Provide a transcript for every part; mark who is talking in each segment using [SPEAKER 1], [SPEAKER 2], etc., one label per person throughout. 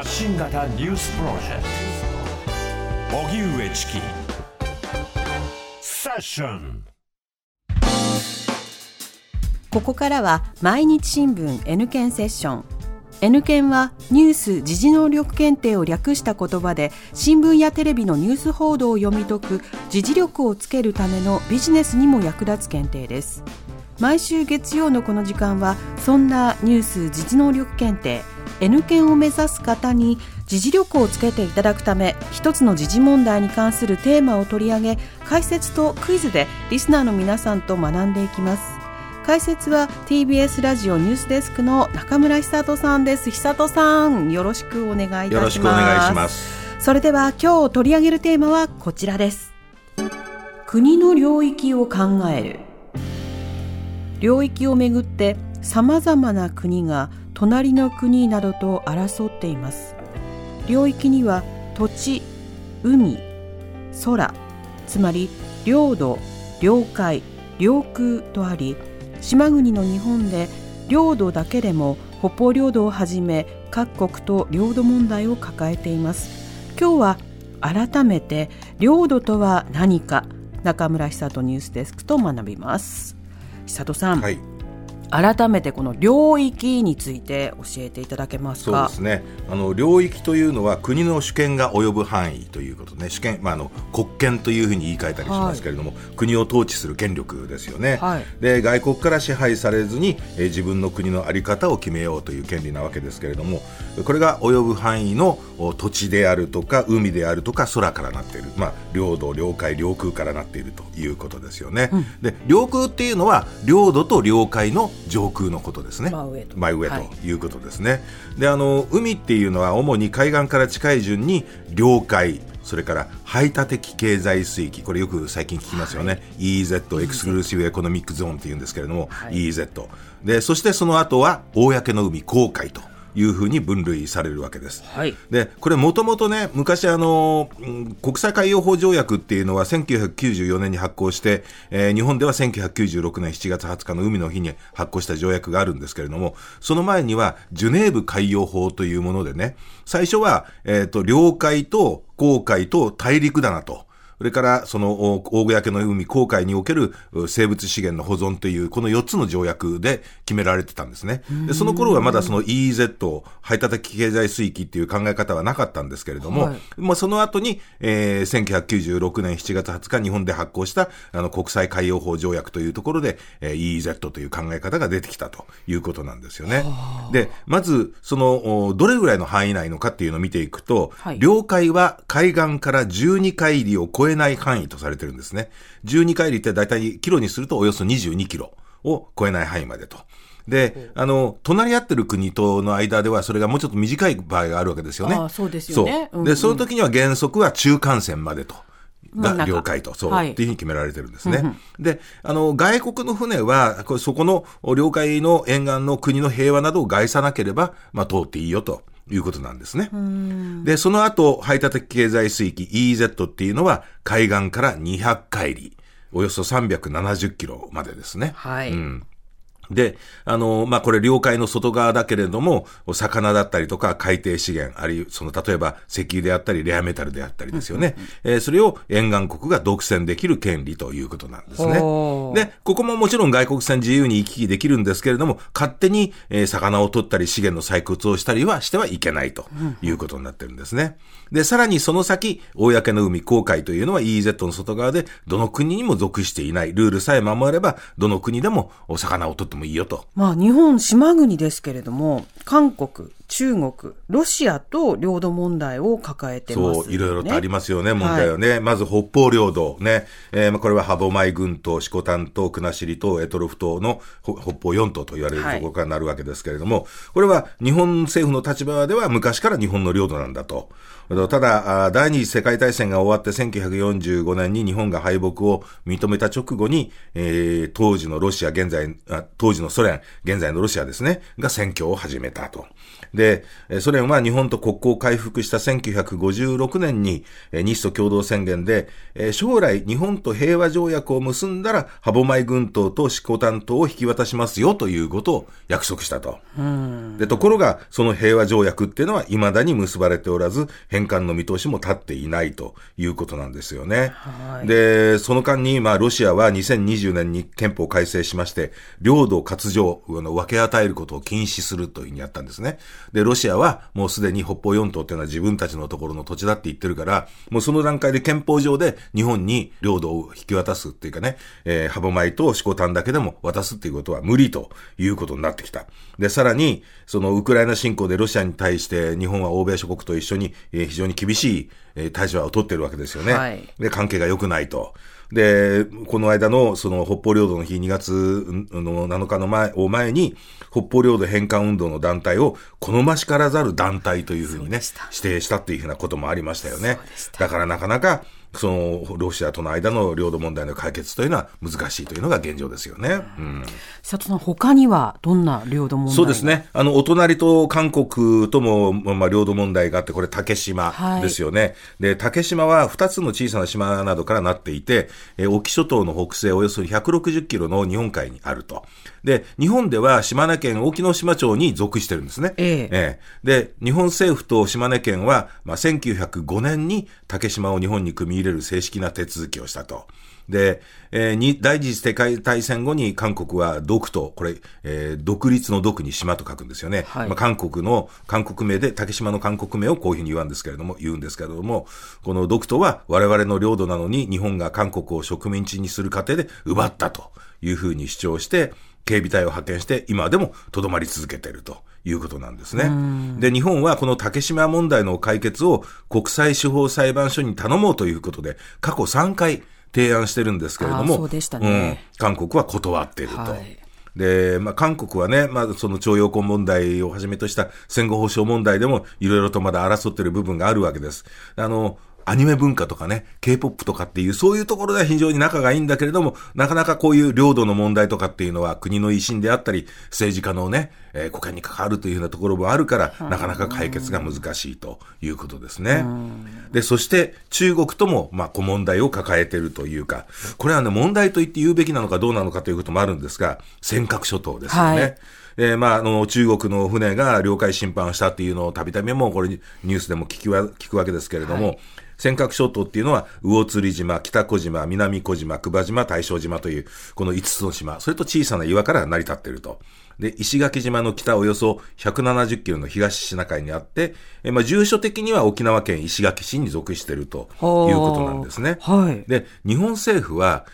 [SPEAKER 1] 発信型ニュースプロジェクト荻上チキセッション。
[SPEAKER 2] ここからは毎日新聞 N 検セッション。N 検はニュース・時事能力検定を略した言葉で、新聞やテレビのニュース報道を読み解く時事力をつけるためのビジネスにも役立つ検定です。毎週月曜のこの時間は、そんなニュース・時事能力検定 N 検を目指す方に時事力をつけていただくため、一つの時事問題に関するテーマを取り上げ、解説とクイズでリスナーの皆さんと学んでいきます。解説は TBS ラジオニュースデスクの中村久人さんです。久人さん、よろしくお願いいたします。
[SPEAKER 3] よろしくお願いします。
[SPEAKER 2] それでは今日取り上げるテーマはこちらです。国の領域を考える。領域をめぐってさまざまな国が隣の国などと争っています。領域には土地、海、空、つまり領土、領海、領空とあり、島国の日本で領土だけでも北方領土をはじめ各国と領土問題を抱えています。今日は改めて領土とは何か、中村久人ニュースデスクと学びます。久人さん、はい、改めてこの領域について教えていただけますか。
[SPEAKER 3] そうですね、領域というのは国の主権が及ぶ範囲ということね。主権、国権というふうに言い換えたりしますけれども、国を統治する権力ですよね、はい、で外国から支配されずに、自分の国の在り方を決めようという権利なわけですけれども、これが及ぶ範囲の土地であるとか海であるとか空からなっている、領土、領海、領空からなっているということですよね、で領空っていうのは領土と領海の上空のことですね。真上ということですね、はい、で海っていうのは主に海岸から近い順に領海、それから排他的経済水域、これよく最近聞きますよね、はい、EEZ エクスクルーシブエコノミックゾーンっていうんですけれども、はい、EEZ で、そしてその後は公の海、公海というふうに分類されるわけです、はい、でこれもともとね、昔国際海洋法条約っていうのは1994年に発効して、日本では1996年7月20日の海の日に発効した条約があるんですけれども、その前にはジュネーブ海洋法というものでね、最初は、領海と公海と大陸棚と、それからその公の海、公海における生物資源の保存というこの4つの条約で決められてたんですね。でその頃はまだその EEZ 排他的経済水域っていう考え方はなかったんですけれども、はい、その後に、1996年7月20日日本で発効した国際海洋法条約というところで、EEZ という考え方が出てきたということなんですよね。でまずそのどれぐらいの範囲内のかっていうのを見ていくと、はい、領海は海岸から12海里を超えない範囲とされてるんですね。12海里ってだいたいキロにするとおよそ22キロを超えない範囲までと。で、隣り合ってる国との間ではそれがもうちょっと短い場合があるわけですよね。
[SPEAKER 2] そうですよね。
[SPEAKER 3] で、その時には原則は中間線までと。が領海と、そう、はい、っていうふうに決められてるんですね。で、外国の船は、そこの領海の沿岸の国の平和などを害さなければ、通っていいよと。いうことなんですね。で、その後、排他的経済水域 EEZ っていうのは海岸から200海里、およそ370キロまでですね。はい。で、これ領海の外側だけれども、魚だったりとか海底資源、あるいは例えば石油であったりレアメタルであったりですよね。それを沿岸国が独占できる権利ということなんですね。で、ここももちろん外国船自由に行き来できるんですけれども、勝手に、魚を取ったり資源の採掘をしたりはしてはいけないということになってるんですね。で、さらにその先、公の海、公海というのは EEZ の外側でどの国にも属していない、ルールさえ守ればどの国でもお魚を取ってもいいよと。
[SPEAKER 2] 日本島国ですけれども、韓国、中国、ロシアと領土問題を抱えてますよね。
[SPEAKER 3] そう、いろいろとありますよね、問題はね。はい、まず北方領土ね、これは歯舞群島、色丹島、国後島、択捉島の北方四島と言われるところからなるわけですけれども、これは日本政府の立場では昔から日本の領土なんだと。ただ、第二次世界大戦が終わって1945年に日本が敗北を認めた直後に、当時当時のソ連、現在のロシアですね、が占拠を始めたと。で、ソ連は日本と国交を回復した1956年に、日ソ共同宣言で、将来日本と平和条約を結んだら、歯舞群島と色丹島を引き渡しますよということを約束したと。で、ところが、その平和条約っていうのは未だに結ばれておらず、返還の見通しも立っていないということなんですよね。で、その間に、ロシアは2020年に憲法を改正しまして、領土割譲、分け与えることを禁止するというふうにやったんですね。で、ロシアはもうすでに北方四島っていうのは自分たちのところの土地だって言ってるから、もうその段階で憲法上で日本に領土を引き渡すっていうかね、歯舞と色丹だけでも渡すっていうことは無理ということになってきた。で、さらに、そのウクライナ侵攻でロシアに対して日本は欧米諸国と一緒に、非常に厳しい対処を取ってるわけですよね。はい、で、関係が良くないと。で、この間のその北方領土の日2月の7日の前に、北方領土返還運動の団体を好ましからざる団体というふうにね、指定したっていうふうなこともありましたよね。だからなかなか、そのロシアとの間の領土問題の解決というのは難しいというのが現状ですよね。
[SPEAKER 2] 佐藤さん、他にはどんな領土問題？
[SPEAKER 3] そうですね。お隣と韓国とも、領土問題があって、これ竹島ですよね。はい、で、竹島は2つの小さな島などからなっていて、沖諸島の北西およそ160キロの日本海にあると。で、日本では島根県隠岐の島町に属してるんですね。で、日本政府と島根県は、1905年に竹島を日本に組み入れる正式な手続きをしたと。で、第二次世界大戦後に韓国は独島、これ、独立の独に島と書くんですよね。はい、韓国名で、竹島の韓国名をこういうふうに言うんですけれども、この独島は我々の領土なのに日本が韓国を植民地にする過程で奪ったというふうに主張して、警備隊を派遣して今でも留まり続けているということなんですね。で、日本はこの竹島問題の解決を国際司法裁判所に頼もうということで過去3回提案してるんですけれども、
[SPEAKER 2] そうでしたね。
[SPEAKER 3] 韓国は断っていると。
[SPEAKER 2] はい、
[SPEAKER 3] で、韓国はね、その徴用工問題をはじめとした戦後保障問題でもいろいろとまだ争っている部分があるわけです。アニメ文化とかね、K-POP とかっていう、そういうところでは非常に仲がいいんだけれども、なかなかこういう領土の問題とかっていうのは国の威信であったり、政治家のね、国権に関わるというようなところもあるから、なかなか解決が難しいということですね。で、そして中国とも、問題を抱えているというか、これはね、問題と言って言うべきなのかどうなのかということもあるんですが、尖閣諸島ですよね。はい、中国の船が領海侵犯をしたっていうのをたびたびもうこれニュースでも聞くわけですけれども、はい、尖閣諸島っていうのは魚釣島、北小島、南小島、久場島、大正島というこの5つの島、それと小さな岩から成り立っていると。で、石垣島の北およそ170キロの東シナ海にあって、住所的には沖縄県石垣市に属しているということなんですね。はい、で、日本政府は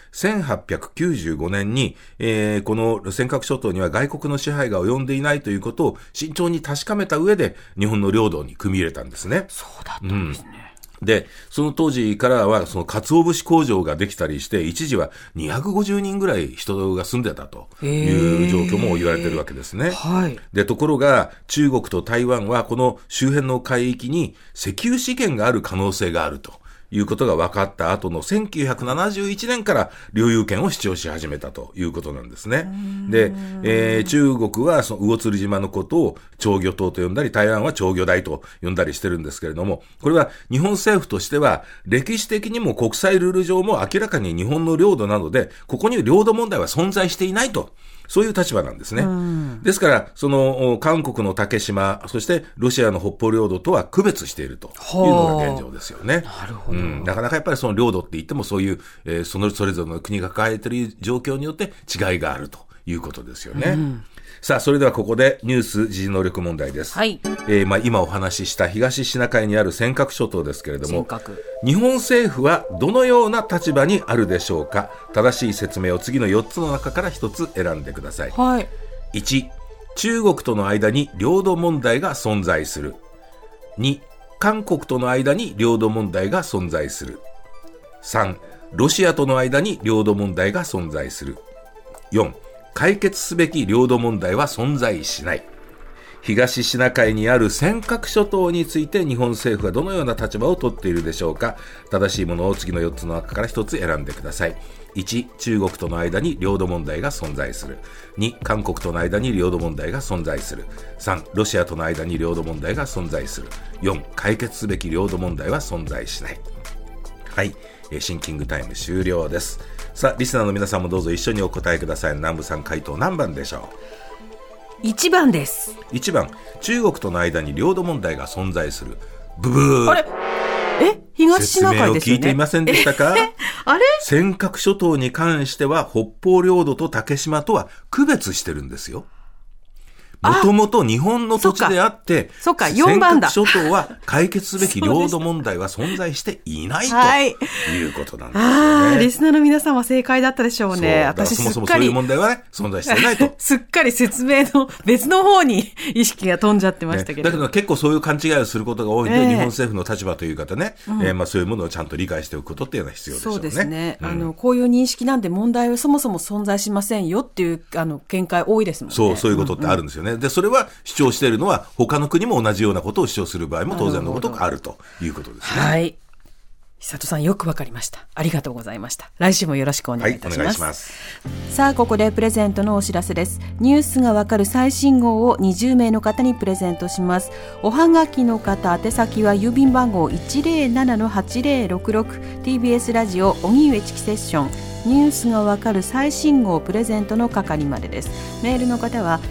[SPEAKER 3] 1895年に、この尖閣諸島には外国の支配が及んでいないということを慎重に確かめた上で日本の領土に組み入れたんですね。
[SPEAKER 2] そうだったんですね。
[SPEAKER 3] で、その当時からは、その鰹節工場ができたりして、一時は250人ぐらい人が住んでたという状況も言われてるわけですね。はい。で、ところが、中国と台湾はこの周辺の海域に石油資源がある可能性があるということが分かった後の1971年から領有権を主張し始めたということなんですね。で、中国はその魚釣島のことを長魚島と呼んだり、台湾は長魚台と呼んだりしてるんですけれども、これは日本政府としては歴史的にも国際ルール上も明らかに日本の領土なので、ここに領土問題は存在していないと。そういう立場なんですね。ですから、その韓国の竹島、そしてロシアの北方領土とは区別しているというのが現状ですよね。
[SPEAKER 2] なるほど。
[SPEAKER 3] なかなかやっぱりその領土って言ってもそういう、それぞれの国が抱えている状況によって違いがあるということですよね。さあ、それではここでニュース時事能力問題です。はい。今お話しした東シナ海にある尖閣諸島ですけれども、日本政府はどのような立場にあるでしょうか。正しい説明を次の4つの中から1つ選んでください。はい。1、中国との間に領土問題が存在する。2、韓国との間に領土問題が存在する。3、ロシアとの間に領土問題が存在する。4、解決すべき領土問題は存在しない。 東シナ海にある尖閣諸島について日本政府はどのような立場を取っているでしょうか。正しいものを次の4つの中から1つ選んでください。1、中国との間に領土問題が存在する。2、韓国との間に領土問題が存在する。3、ロシアとの間に領土問題が存在する。4、解決すべき領土問題は存在しない。はい、シンキングタイム終了です。さあ、リスナーの皆さんもどうぞ一緒にお答えください。南部さん、回答何番でしょ
[SPEAKER 2] う。1番です。
[SPEAKER 3] 1番、中国との間に領土問題が存在する。ブブー。
[SPEAKER 2] あれ、東シナ海ですよね。説明を聞いて
[SPEAKER 3] いませんでしたか？
[SPEAKER 2] あれ、
[SPEAKER 3] 尖閣諸島に関しては北方領土と竹島とは区別してるんですよ。もともと日本の土地であって、尖閣諸島は解決すべき領土問題は存在していないということなんですよね。
[SPEAKER 2] リスナーの皆さんは正解だったでしょうね。
[SPEAKER 3] 私そもそもそういう問題はね、存在していないと。
[SPEAKER 2] すっかり説明の別の方に意識が飛んじゃってましたけど。
[SPEAKER 3] だけど結構そういう勘違いをすることが多いので、日本政府の立場という方ね、そういうものをちゃんと理解しておくことっていうのは必要でしょうね。
[SPEAKER 2] そうですね。こういう認識なんで問題はそもそも存在しませんよっていう見解多いですもんね。
[SPEAKER 3] そういうことってあるんですよね。で、それは主張しているのは他の国も同じようなことを主張する場合も当然のことがあるということですね。
[SPEAKER 2] はい。久人さん、よくわかりました。ありがとうございました。来週もよろしくお願いいたします。
[SPEAKER 3] はい、お願いします。
[SPEAKER 2] さあ、ここでプレゼントのお知らせです。ニュースがわかる最新号を20名の方にプレゼントします。おはがきの方、宛先は郵便番号 107-8066 TBS ラジオ荻上チキセッションニュースがわかる最新号プレゼントの係までです。メールの方は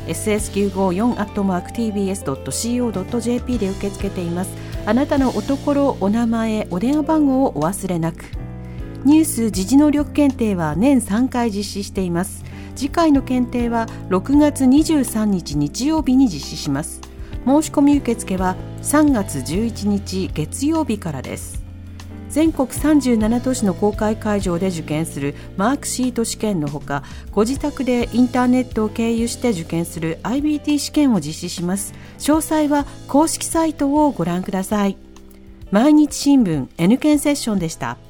[SPEAKER 2] ss954@tbs.co.jp で受け付けています。あなたのおところ、お名前、お電話番号をお忘れなく。ニュース時事能力検定は年3回実施しています。次回の検定は6月23日日曜日に実施します。申し込み受付は3月11日月曜日からです。全国37都市の公開会場で受験するマークシート試験のほか、ご自宅でインターネットを経由して受験する IBT 試験を実施します。詳細は公式サイトをご覧ください。毎日新聞 N 検セッションでした。